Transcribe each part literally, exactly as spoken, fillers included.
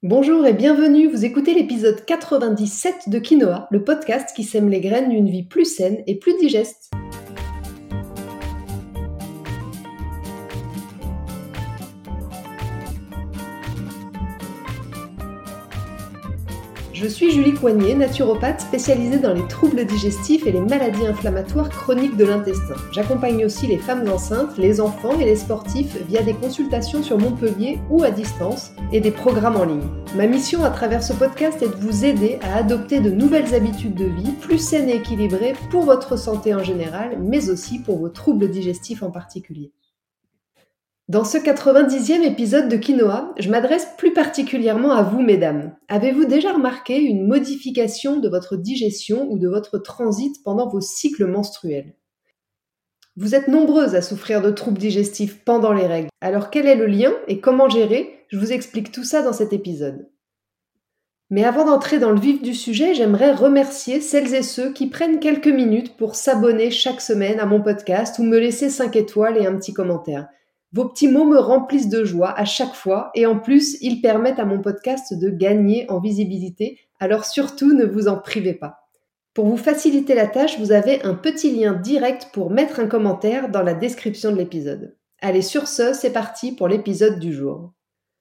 Bonjour et bienvenue, vous écoutez l'épisode quatre-vingt-dix-sept de Quinoa, le podcast qui sème les graines d'une vie plus saine et plus digeste. Je suis Julie Coignet, naturopathe spécialisée dans les troubles digestifs et les maladies inflammatoires chroniques de l'intestin. J'accompagne aussi les femmes enceintes, les enfants et les sportifs via des consultations sur Montpellier ou à distance et des programmes en ligne. Ma mission à travers ce podcast est de vous aider à adopter de nouvelles habitudes de vie plus saines et équilibrées pour votre santé en général, mais aussi pour vos troubles digestifs en particulier. Dans ce quatre-vingt-dixième épisode de Quinoa, je m'adresse plus particulièrement à vous, mesdames. Avez-vous déjà remarqué une modification de votre digestion ou de votre transit pendant vos cycles menstruels ? Vous êtes nombreuses à souffrir de troubles digestifs pendant les règles. Alors quel est le lien et comment gérer ? Je vous explique tout ça dans cet épisode. Mais avant d'entrer dans le vif du sujet, j'aimerais remercier celles et ceux qui prennent quelques minutes pour s'abonner chaque semaine à mon podcast ou me laisser cinq étoiles et un petit commentaire. Vos petits mots me remplissent de joie à chaque fois et en plus, ils permettent à mon podcast de gagner en visibilité, alors surtout ne vous en privez pas. Pour vous faciliter la tâche, vous avez un petit lien direct pour mettre un commentaire dans la description de l'épisode. Allez, sur ce, c'est parti pour l'épisode du jour.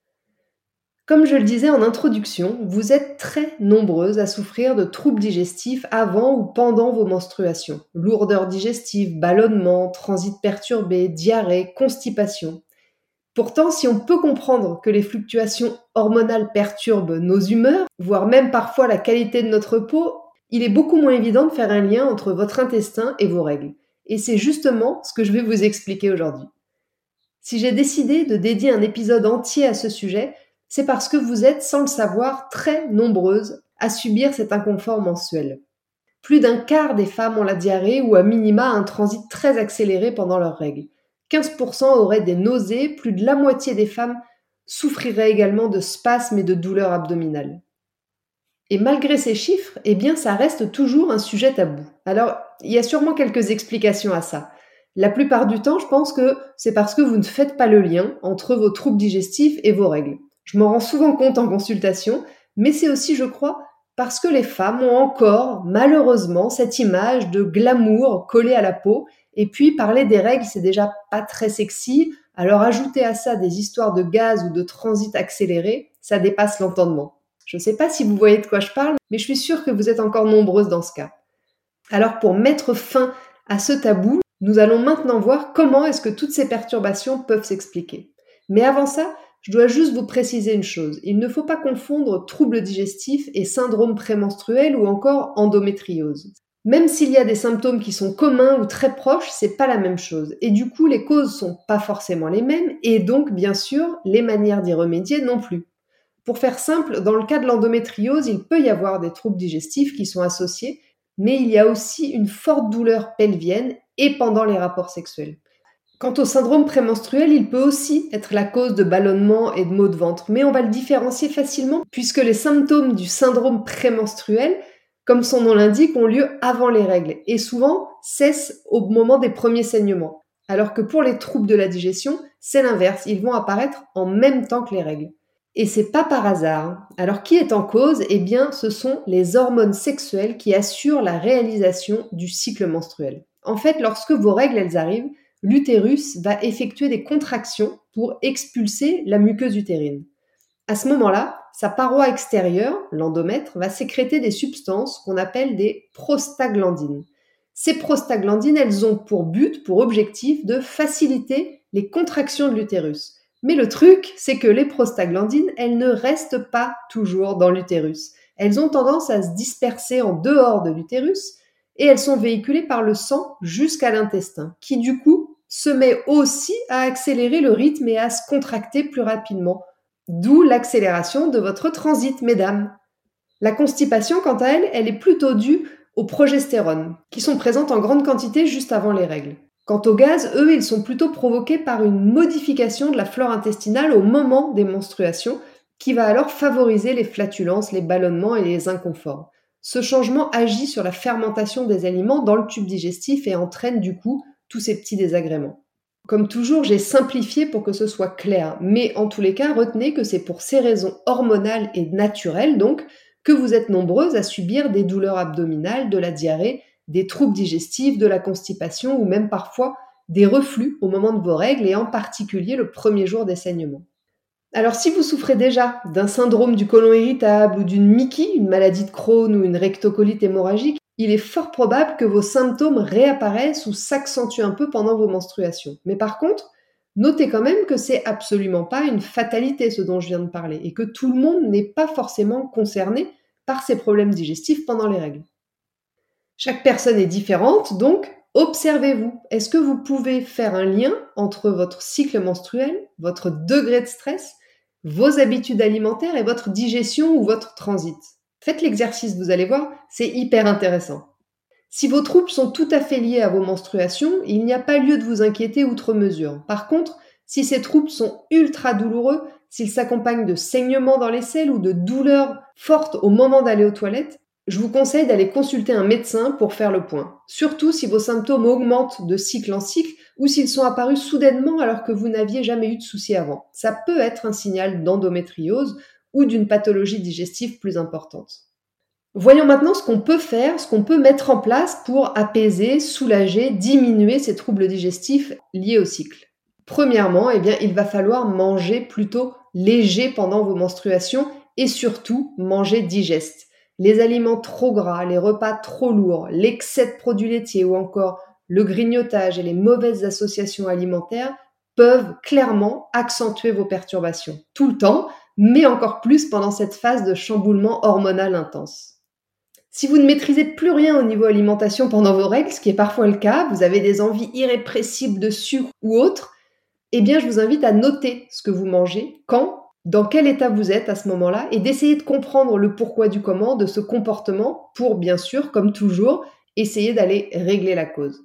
Comme je le disais en introduction, vous êtes très nombreuses à souffrir de troubles digestifs avant ou pendant vos menstruations. Lourdeur digestive, ballonnement, transit perturbé, diarrhée, constipation. Pourtant, si on peut comprendre que les fluctuations hormonales perturbent nos humeurs, voire même parfois la qualité de notre peau, il est beaucoup moins évident de faire un lien entre votre intestin et vos règles. Et c'est justement ce que je vais vous expliquer aujourd'hui. Si j'ai décidé de dédier un épisode entier à ce sujet, c'est parce que vous êtes, sans le savoir, très nombreuses à subir cet inconfort mensuel. Plus d'un quart des femmes ont la diarrhée ou à minima un transit très accéléré pendant leurs règles. quinze pour cent auraient des nausées, plus de la moitié des femmes souffriraient également de spasmes et de douleurs abdominales. Et malgré ces chiffres, eh bien, ça reste toujours un sujet tabou. Alors, il y a sûrement quelques explications à ça. La plupart du temps, je pense que c'est parce que vous ne faites pas le lien entre vos troubles digestifs et vos règles. Je m'en rends souvent compte en consultation, mais c'est aussi, je crois, parce que les femmes ont encore, malheureusement, cette image de glamour collée à la peau. Et puis, parler des règles, c'est déjà pas très sexy. Alors, ajouter à ça des histoires de gaz ou de transit accéléré, ça dépasse l'entendement. Je ne sais pas si vous voyez de quoi je parle, mais je suis sûre que vous êtes encore nombreuses dans ce cas. Alors, pour mettre fin à ce tabou, nous allons maintenant voir comment est-ce que toutes ces perturbations peuvent s'expliquer. Mais avant ça, je dois juste vous préciser une chose. Il ne faut pas confondre troubles digestifs et syndrome prémenstruel ou encore endométriose. Même s'il y a des symptômes qui sont communs ou très proches, c'est pas la même chose. Et du coup, les causes sont pas forcément les mêmes et donc, bien sûr, les manières d'y remédier non plus. Pour faire simple, dans le cas de l'endométriose, il peut y avoir des troubles digestifs qui sont associés, mais il y a aussi une forte douleur pelvienne et pendant les rapports sexuels. Quant au syndrome prémenstruel, il peut aussi être la cause de ballonnements et de maux de ventre, mais on va le différencier facilement puisque les symptômes du syndrome prémenstruel, comme son nom l'indique, ont lieu avant les règles et souvent cessent au moment des premiers saignements. Alors que pour les troubles de la digestion, c'est l'inverse, ils vont apparaître en même temps que les règles. Et c'est pas par hasard. Alors qui est en cause ? Eh bien, ce sont les hormones sexuelles qui assurent la réalisation du cycle menstruel. En fait, lorsque vos règles elles arrivent, l'utérus va effectuer des contractions pour expulser la muqueuse utérine. À ce moment-là, sa paroi extérieure, l'endomètre, va sécréter des substances qu'on appelle des prostaglandines. Ces prostaglandines, elles ont pour but, pour objectif, de faciliter les contractions de l'utérus. Mais le truc, c'est que les prostaglandines, elles ne restent pas toujours dans l'utérus. Elles ont tendance à se disperser en dehors de l'utérus et elles sont véhiculées par le sang jusqu'à l'intestin, qui du coup se met aussi à accélérer le rythme et à se contracter plus rapidement. D'où l'accélération de votre transit, mesdames. La constipation, quant à elle, elle est plutôt due aux progestérone, qui sont présentes en grande quantité juste avant les règles. Quant aux gaz, eux, ils sont plutôt provoqués par une modification de la flore intestinale au moment des menstruations, qui va alors favoriser les flatulences, les ballonnements et les inconforts. Ce changement agit sur la fermentation des aliments dans le tube digestif et entraîne du coup tous ces petits désagréments. Comme toujours, j'ai simplifié pour que ce soit clair, mais en tous les cas, retenez que c'est pour ces raisons hormonales et naturelles, donc, que vous êtes nombreuses à subir des douleurs abdominales, de la diarrhée, des troubles digestifs, de la constipation ou même parfois des reflux au moment de vos règles et en particulier le premier jour des saignements. Alors si vous souffrez déjà d'un syndrome du côlon irritable ou d'une M I C I, une maladie de Crohn ou une rectocolite hémorragique, il est fort probable que vos symptômes réapparaissent ou s'accentuent un peu pendant vos menstruations. Mais par contre, notez quand même que c'est absolument pas une fatalité ce dont je viens de parler et que tout le monde n'est pas forcément concerné par ces problèmes digestifs pendant les règles. Chaque personne est différente, donc observez-vous. Est-ce que vous pouvez faire un lien entre votre cycle menstruel, votre degré de stress, vos habitudes alimentaires et votre digestion ou votre transit? Faites l'exercice, vous allez voir, c'est hyper intéressant. Si vos troubles sont tout à fait liés à vos menstruations, il n'y a pas lieu de vous inquiéter outre mesure. Par contre, si ces troubles sont ultra douloureux, s'ils s'accompagnent de saignements dans les selles ou de douleurs fortes au moment d'aller aux toilettes, je vous conseille d'aller consulter un médecin pour faire le point. Surtout si vos symptômes augmentent de cycle en cycle ou s'ils sont apparus soudainement alors que vous n'aviez jamais eu de soucis avant. Ça peut être un signal d'endométriose ou d'une pathologie digestive plus importante. Voyons maintenant ce qu'on peut faire, ce qu'on peut mettre en place pour apaiser, soulager, diminuer ces troubles digestifs liés au cycle. Premièrement, eh bien, il va falloir manger plutôt léger pendant vos menstruations et surtout manger digeste. Les aliments trop gras, les repas trop lourds, l'excès de produits laitiers ou encore le grignotage et les mauvaises associations alimentaires peuvent clairement accentuer vos perturbations tout le temps, mais encore plus pendant cette phase de chamboulement hormonal intense. Si vous ne maîtrisez plus rien au niveau alimentation pendant vos règles, ce qui est parfois le cas, vous avez des envies irrépressibles de sucre ou autre, eh bien je vous invite à noter ce que vous mangez, quand, dans quel état vous êtes à ce moment-là, et d'essayer de comprendre le pourquoi du comment de ce comportement pour, bien sûr, comme toujours, essayer d'aller régler la cause.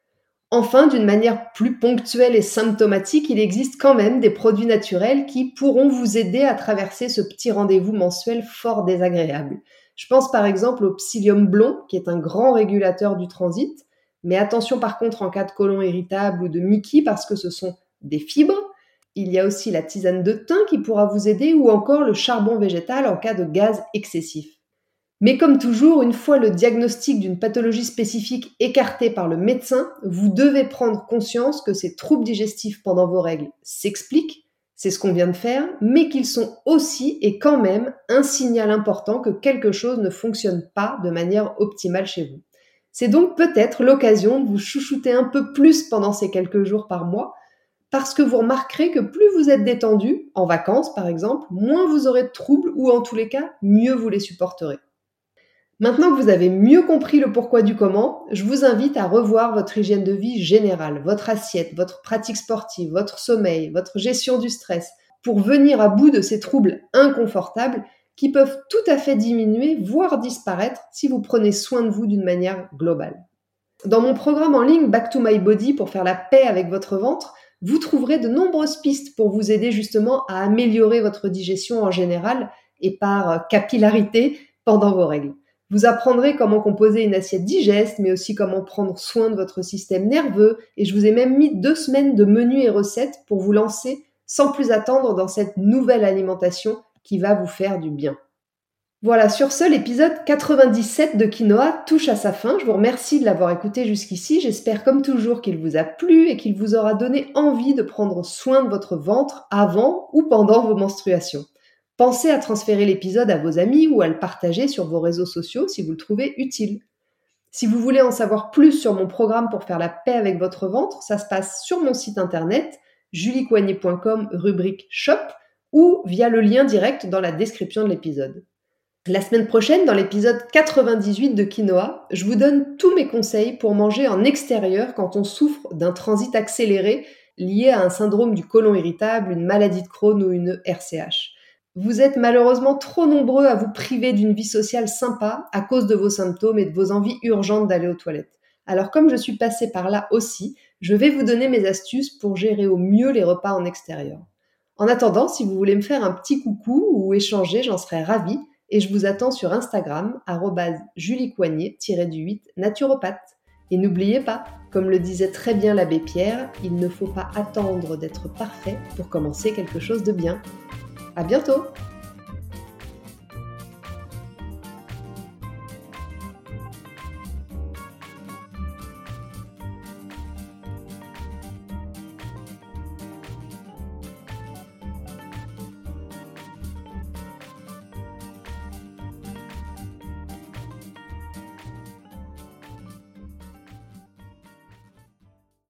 Enfin, d'une manière plus ponctuelle et symptomatique, il existe quand même des produits naturels qui pourront vous aider à traverser ce petit rendez-vous mensuel fort désagréable. Je pense par exemple au psyllium blond, qui est un grand régulateur du transit, mais attention par contre en cas de côlon irritable ou de M I C I parce que ce sont des fibres. Il y a aussi la tisane de thym qui pourra vous aider ou encore le charbon végétal en cas de gaz excessif. Mais comme toujours, une fois le diagnostic d'une pathologie spécifique écarté par le médecin, vous devez prendre conscience que ces troubles digestifs pendant vos règles s'expliquent, c'est ce qu'on vient de faire, mais qu'ils sont aussi et quand même un signal important que quelque chose ne fonctionne pas de manière optimale chez vous. C'est donc peut-être l'occasion de vous chouchouter un peu plus pendant ces quelques jours par mois, parce que vous remarquerez que plus vous êtes détendu, en vacances par exemple, moins vous aurez de troubles ou en tous les cas, mieux vous les supporterez. Maintenant que vous avez mieux compris le pourquoi du comment, je vous invite à revoir votre hygiène de vie générale, votre assiette, votre pratique sportive, votre sommeil, votre gestion du stress, pour venir à bout de ces troubles inconfortables qui peuvent tout à fait diminuer, voire disparaître, si vous prenez soin de vous d'une manière globale. Dans mon programme en ligne Back to My Body pour faire la paix avec votre ventre, vous trouverez de nombreuses pistes pour vous aider justement à améliorer votre digestion en général et par capillarité pendant vos règles. Vous apprendrez comment composer une assiette digeste, mais aussi comment prendre soin de votre système nerveux. Et je vous ai même mis deux semaines de menus et recettes pour vous lancer sans plus attendre dans cette nouvelle alimentation qui va vous faire du bien. Voilà, sur ce, l'épisode quatre-vingt-dix-sept de Quinoa touche à sa fin. Je vous remercie de l'avoir écouté jusqu'ici. J'espère comme toujours qu'il vous a plu et qu'il vous aura donné envie de prendre soin de votre ventre avant ou pendant vos menstruations. Pensez à transférer l'épisode à vos amis ou à le partager sur vos réseaux sociaux si vous le trouvez utile. Si vous voulez en savoir plus sur mon programme pour faire la paix avec votre ventre, ça se passe sur mon site internet julie coignet point com rubrique shop ou via le lien direct dans la description de l'épisode. La semaine prochaine, dans l'épisode quatre-vingt-dix-huit de Quinoa, je vous donne tous mes conseils pour manger en extérieur quand on souffre d'un transit accéléré lié à un syndrome du côlon irritable, une maladie de Crohn ou une R C H. Vous êtes malheureusement trop nombreux à vous priver d'une vie sociale sympa à cause de vos symptômes et de vos envies urgentes d'aller aux toilettes. Alors comme je suis passée par là aussi, je vais vous donner mes astuces pour gérer au mieux les repas en extérieur. En attendant, si vous voulez me faire un petit coucou ou échanger, j'en serais ravie et je vous attends sur Instagram, arobase julie coignet tiret du huit naturopathe. Et n'oubliez pas, comme le disait très bien l'abbé Pierre, il ne faut pas attendre d'être parfait pour commencer quelque chose de bien. À bientôt!